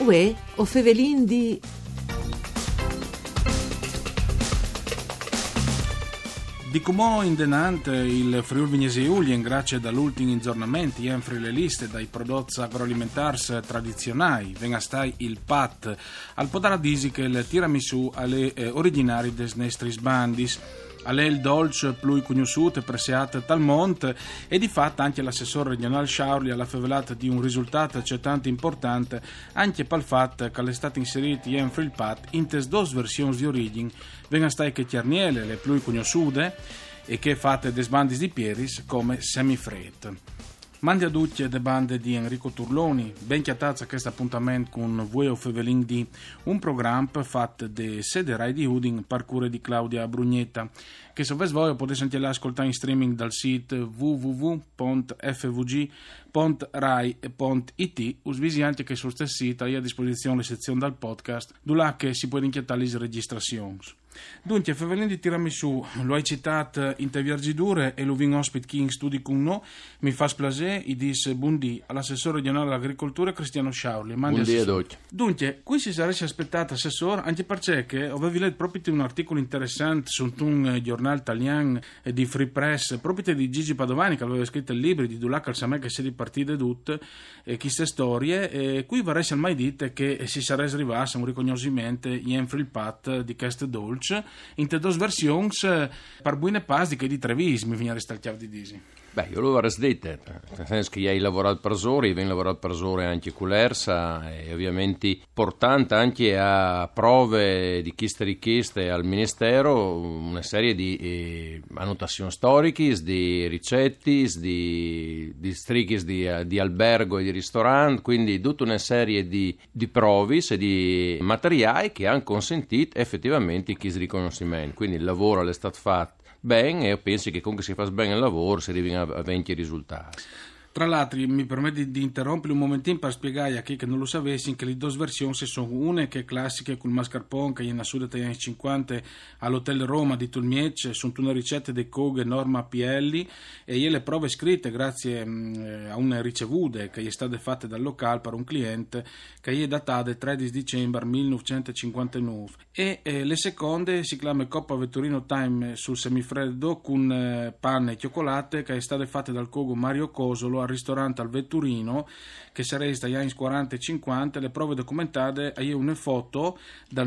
Uè, o fevelin di... Di come in denante il Friuli Venezia Giulia, grazie dall'ultimi aggiornamenti, enfri le liste dai prodotti agroalimentari tradizionali, venga stai il pat, al podaradisi che il tiramisù alle originari des nestris bandis, alle il dolce più conosciuto e preseato tal monte, e di fatto anche l'assessore regionale Sciaurli alla fevelata di un risultato accettante importante anche per il fatto che è stato inserito in il pat in tes due versioni di origine, venga stai che Chiarniele, le più conosciute e che fatte des bandis di Pieris come semifred. Mandi a tutti le bande di Enrico Turloni, ben chiatazza questo appuntamento con voi o Fevelin di un programma fatto de sede Rai di Udin per cura di Claudia Brugnetta, che se voi potete anche ascoltare in streaming dal sito www.fvg.rai.it, usvisi anche che sul stesso sito è a disposizione la sezione dal podcast, dove che si può inchiattare le registrazioni. Dunque, Fevelin di Tiramisù, lo hai citato in te Viargidure e lo vin ospite chi in studi con noi, mi fa splase i dis buondì all'assessore regionale all'agricoltura Cristiano Sciaurli. Buondì a tutti. Dunque, qui si sarebbe aspettato, assessore, anche perché avevi letto proprio un articolo interessante su un giornale italiano di Free Press, proprio di Gigi Padovani, che aveva scritto il libro di Dulac al Samè che si è ripartite tutte, queste storie, e qui vorrei mai dite che si sarebbe arrivato a un riconoscimento in free pat di queste dolci in te due versioni per buone pasti che di Trevis mi viene a restare di disi. Beh, io lo avrei detto, nel senso che hai lavorato per Sori, hai lavorato per Sori anche con l'ERSA, e ovviamente portando anche a prove di queste richieste al Ministero una serie di annotazioni storiche, di ricette, di strighi di albergo e di ristorante, quindi tutta una serie di prove e di materiali che hanno consentito effettivamente questo riconoscimento. Quindi il lavoro è stato fatto bene, e io penso che comunque si fa bene il lavoro si arrivi a 20 risultati. Tra l'altro mi permette di interrompere un momentino per spiegare a chi che non lo sapessi che le due versioni sono una che è classica con il mascarpone che è nasciuta negli anni 50 all'Hotel Roma di Tulmiec, sono una ricetta di Coghe Norma Pielli, e io le prove scritte grazie a una ricevuta che è state fatte dal locale per un cliente che è datata il 13 dicembre 1959, e le seconde si chiama Coppa Vetturino Time sul semifreddo con panne e cioccolate che è state fatte dal cogo Mario Cosolo al ristorante al Vetturino, che sarebbe dagli anni 40 e 50. Le prove documentate hai una foto dal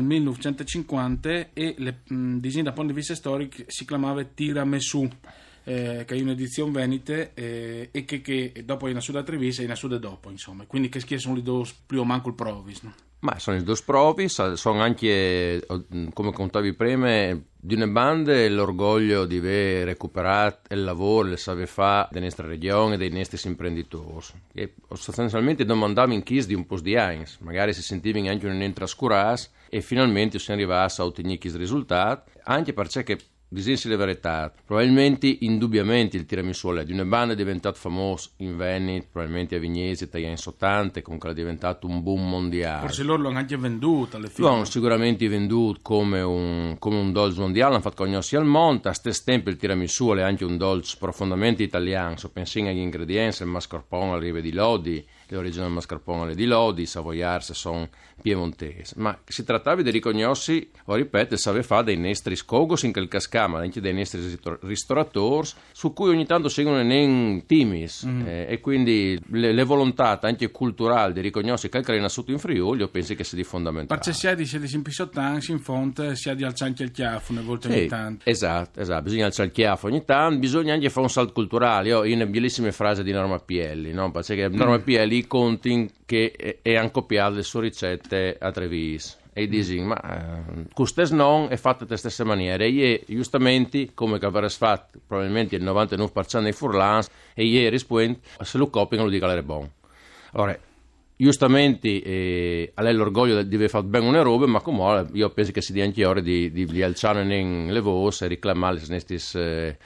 1950 e le disegni da punto di vista storico si chiamava Tiramisù, che è un'edizione venite e che dopo è in Sud a Treviso e in Sud dopo, insomma, quindi che sono le due più o manco il provis, no? Ma sono le due prove, sono anche, come contavi prima, di una banda l'orgoglio di aver recuperato il lavoro, le save fa della nostra regione, dei nostri imprenditori, che sostanzialmente domandavi in chi di un po' di anni, magari si sentivano anche un'entra scurata, e finalmente siamo arrivati a ottenere questo risultato, anche perché disensi la verità, probabilmente, indubbiamente il tiramisù di una banda è diventato famoso in Veneto, probabilmente a Vignesi, negli anni 80, comunque è diventato un boom mondiale. Forse loro l'hanno anche venduto alle fine. Lo hanno sicuramente venduto come un dolce mondiale, l'hanno fatto conoscere al mondo. A stesso tempo il tiramisù è anche un dolce profondamente italiano, so pensando agli ingredienti, il mascarpone arriva di Lodi, le origini del mascarpone di Lodi, i savoiarsi sono piemontesi, ma si trattava di riconoscere, o ripeto, se aveva dei nostri scogos in quel cascama, anche dei nostri ristoratori, su cui ogni tanto seguono nei timis, e quindi le volontà anche culturali di riconoscere che è nasciuto in Friuli, io penso che sia di fondamentale. Perché sia di sempisottansi in fonte, sia di alzare anche il chiaffo una volta ogni tanto. Esatto, bisogna alzare il chiaffo ogni tanto, bisogna anche fare un salto culturale. Io ho una bellissima frase di Norma Pielli, no? Perché Norma Pielli conti che è anche copiato le sue ricette a Treviso, e dici ma queste non è fatta delle stesse maniere, e giustamente come che avresti fatto probabilmente il 99% dei furlans, e ieri se lo copiano lo dicono che è buono. Allora giustamente a lei l'orgoglio di aver fatto bene una roba, ma come io penso che si dia anche ora di alzare le voci e reclamare le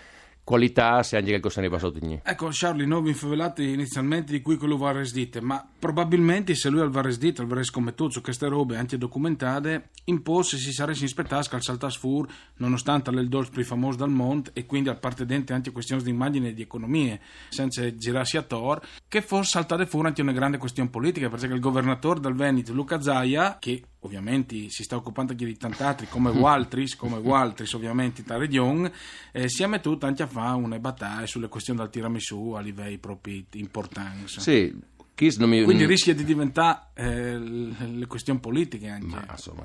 qualità se anche che se ne va sotto ogni. Ecco, Charlie, noi vi infavelate inizialmente di cui quello va resdite, ma probabilmente se lui al va resdite, al va scommettuto su queste robe anche documentate, in post si sarebbe aspettato al saltas fur, nonostante il dolce più famoso dal mondo e quindi al parte dente anche questioni di immagine e di economie, senza girarsi a tor, che fosse saltate fuori anche una grande questione politica, perché il governatore del Veneto, Luca Zaia, che ovviamente si sta occupando anche di tanti altri come Waltris ovviamente in regione, si è mettuto anche a fare una battaglia sulle questioni del tiramisù a livelli proprio importanti. Sì, quindi rischia di diventare le questioni politiche anche. Ma insomma,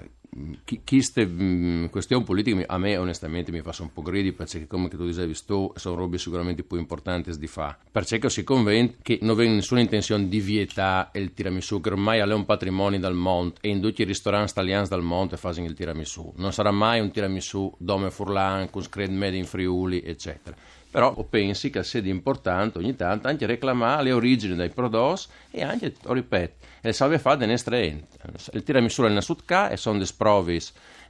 queste questioni politiche a me onestamente mi fa un po' gridi, perché come tu dicevi sono robe sicuramente più importanti di fare, perché si convinto che non c'è nessuna intenzione di vietare il tiramisù, che ormai è un patrimonio dal mondo e in tutti i ristoranti italiani dal mondo fanno il tiramisù, non sarà mai un tiramisù Dome Furlan con scred made in Friuli eccetera. Però pensi che sia importante ogni tanto anche reclamare le origini dei prodotti e anche, ripeto, le salve fa delle nostre enti. Il tiramisù è una sutka e sono dei provis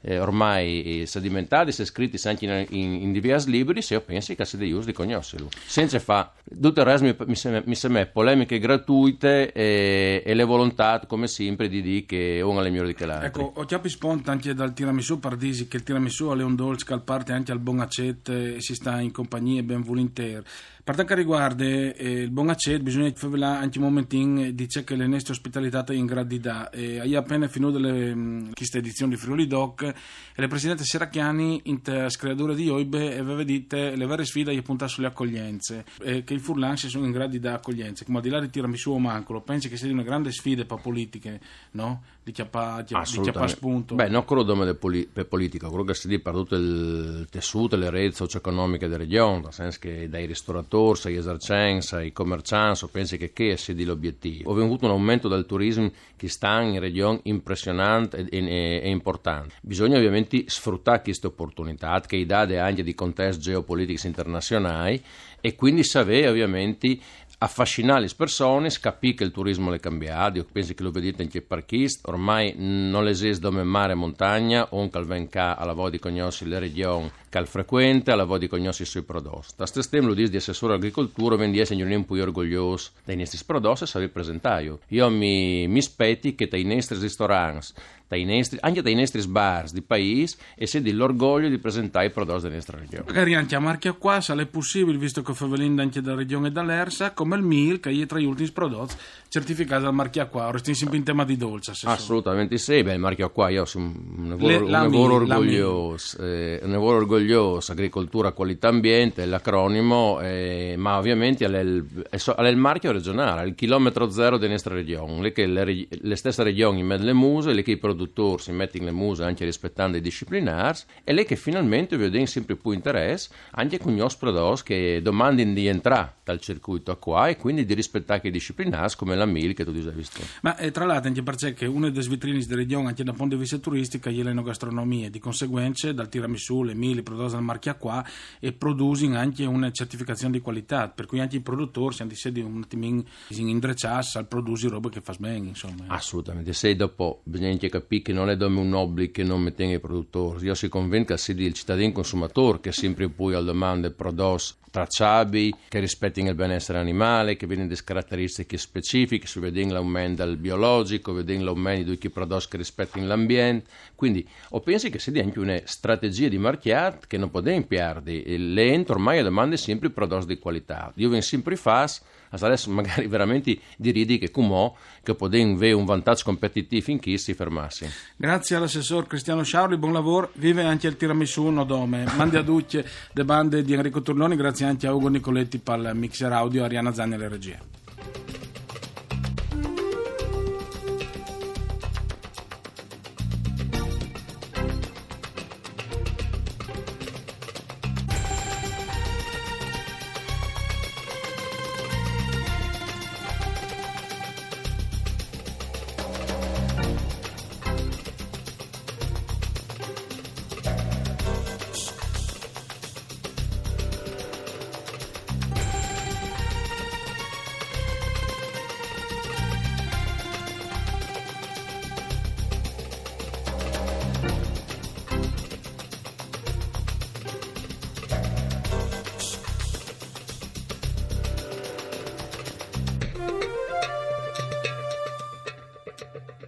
ormai sedimentati, se scritti anche in diversi libri, se io penso che sia di uso di conoscerlo. Senza fare tutto il resto mi sembra polemiche gratuite e le volontà, come sempre, di dire che uno è migliore di che l'altro. Ecco, ho chiappi spunto anche dal tiramisù Pardisi, che il tiramisù è un dolce che parte anche al buon accetto e si sta in compagnia ben volentieri. Per quanto riguarda il buon accetto, bisogna fare anche un momentino, dice che le nostre ospitalità è in grado di dare. Hai appena finito questa edizione di Friuli Doc e il presidente Serracchiani in screatura di Oibe aveva detto le vere sfide e puntare sulle accoglienze, che i furlansi sono in grado di dare accoglienze, come al di là di tiramisù o mancolo, pensi che sia una grande sfida per politiche, no? Di chiappare spunto. Beh, non quello per politica, quello che si dice per tutto il tessuto e le reti socio-economiche della regione, nel senso che dai ristoratori, ai esercenza, ai commercianti, pensi che sia di l'obiettivo. Ho avuto un aumento del turismo che sta in regione impressionante e importante. Bisogna ovviamente sfruttare queste opportunità che date anche di contesti geopolitici internazionali e quindi sapere ovviamente affascinare le persone, capire che il turismo è cambiato. Io penso che lo vedete anche per Chist, ormai non esiste dove mare e montagna, un calvenca alla voce di conoscere le regioni che al frequente, alla voce di conoscere i suoi prodotti. Da stesso tempo lo dice di assessore all'agricoltura, quindi essere un po' orgoglioso dei nostri prodotti e saper presentare. Io mi aspetti che dai nostri ristoranti, anche dai nostri bar di paese, e sia l'orgoglio di presentare i prodotti della nostra regione. Magari anche a Marchia qua, se è possibile, visto che fa venendo anche dalla regione e dall'Ersa, come il MIL, che è tra gli ultimi prodotti certificati dal Marchia qua. Ora stiamo sempre in tema di dolce. Assolutamente sì, il Marchia qua io sono un lavoro orgoglioso, agricoltura, qualità ambiente, l'acronimo, ma ovviamente è il marchio regionale, è il chilometro zero della nostra regione, le stesse regioni mettono le muse, le che i produttori si mettono le muse anche rispettando i disciplinari e lei che finalmente vede sempre più interesse anche con gli prodotti che domandano di entrare dal circuito qua e quindi di rispettare i disciplinari come la MIL che tu hai visto. Ma tra l'altro anche perché una delle vitrine della regione anche da punto di vista turistica è l'enogastronomia, di conseguenza dal tiramisù, le MIL, i prodotti dal marchia qua e producono anche una certificazione di qualità, per cui anche i produttori si hanno di un attimino indrecciarsi al produrre roba che fa bene, insomma. Assolutamente, se dopo bisogna anche capire che non è come un obbligo che non mette i produttori. Io si convinco che sia il cittadino consumatore che sempre poi al domande prodotti tracciabili, che rispettino il benessere animale, che vedono delle caratteristiche specifiche, si vede l'aumento del biologico, vedono l'aumento di tutti i prodotti che rispettino l'ambiente. Quindi, penso che sia anche una strategia di marchiato che non potete perdere. L'ente ormai domanda sempre prodotti di qualità. Io vengo sempre fast, adesso magari veramente diridi che come che potete avere un vantaggio competitivo in chi si fermassi. Grazie all'assessor Cristiano Sciauri, buon lavoro, vive anche il tiramisù Nodome. Mandi a tutti le bande di Enrico Turloni, grazie anche a Ugo Nicoletti per il mixer audio, Arianna Zanni alle regie. Grazie.